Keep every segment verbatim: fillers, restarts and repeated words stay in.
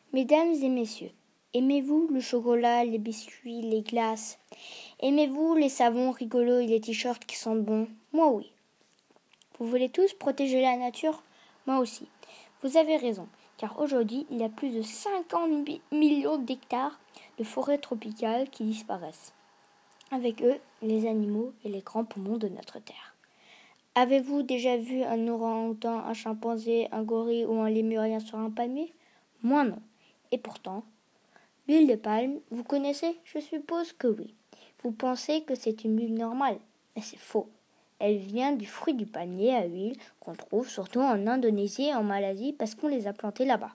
Mesdames et messieurs, aimez-vous le chocolat, les biscuits, les glaces? Aimez-vous les savons rigolos et les t-shirts qui sentent bon? Moi oui. Vous voulez tous protéger la nature? Moi aussi. Vous avez raison, car aujourd'hui, il y a plus de cinquante millions d'hectares de forêts tropicales qui disparaissent. Avec eux, les animaux et les grands poumons de notre terre. Avez-vous déjà vu un orang-outan, un chimpanzé, un gorille ou un lémurien sur un palmier? Moi non. Et pourtant, l'huile de palme, vous connaissez? Je suppose que oui. Vous pensez que c'est une huile normale, mais c'est faux. Elle vient du fruit du palmier à huile qu'on trouve surtout en Indonésie et en Malaisie parce qu'on les a plantés là-bas.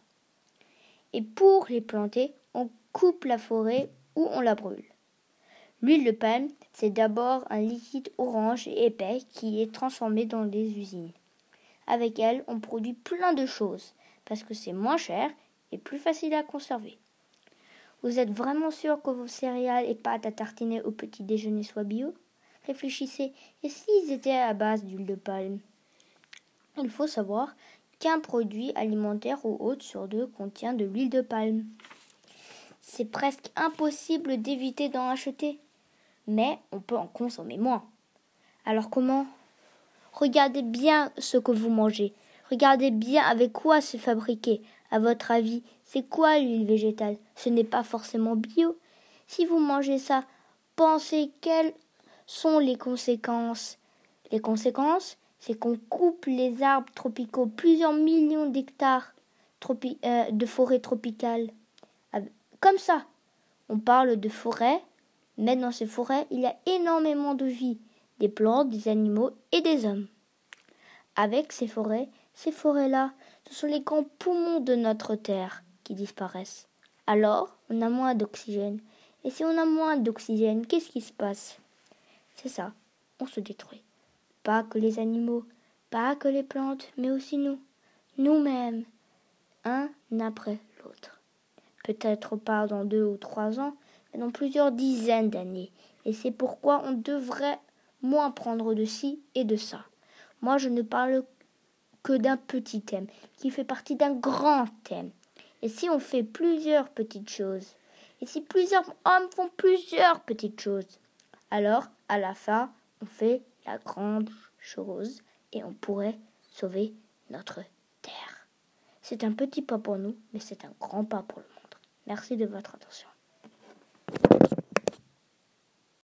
Et pour les planter, on coupe la forêt ou on la brûle. L'huile de palme, c'est d'abord un liquide orange et épais qui est transformé dans les usines. Avec elle, on produit plein de choses parce que c'est moins cher et plus facile à conserver. Vous êtes vraiment sûr que vos céréales et pâtes à tartiner au petit déjeuner soient bio? Réfléchissez, et s'ils étaient à base d'huile de palme? Il faut savoir qu'un produit alimentaire ou autre sur deux contient de l'huile de palme. C'est presque impossible d'éviter d'en acheter, mais on peut en consommer moins. Alors comment? Regardez bien ce que vous mangez. Regardez bien avec quoi c'est fabriqué. À votre avis, c'est quoi l'huile végétale? Ce n'est pas forcément bio. Si vous mangez ça, pensez quelles sont les conséquences. Les conséquences, c'est qu'on coupe les arbres tropicaux, plusieurs millions d'hectares tropi- euh, de forêts tropicales. Comme ça, on parle de forêts, mais dans ces forêts, il y a énormément de vie, des plantes, des animaux et des hommes. Avec ces forêts, ces forêts-là, ce sont les grands poumons de notre terre qui disparaissent. Alors, on a moins d'oxygène. Et si on a moins d'oxygène, qu'est-ce qui se passe? C'est ça, on se détruit. Pas que les animaux, pas que les plantes, mais aussi nous, nous-mêmes, un après l'autre. Peut-être pas dans deux ou trois ans, mais dans plusieurs dizaines d'années. Et c'est pourquoi on devrait moins prendre de ci et de ça. Moi, je ne parle que d'un petit thème, qui fait partie d'un grand thème. Et si on fait plusieurs petites choses, et si plusieurs hommes font plusieurs petites choses, alors, à la fin, on fait la grande chose et on pourrait sauver notre terre. C'est un petit pas pour nous, mais c'est un grand pas pour le monde. Merci de votre attention.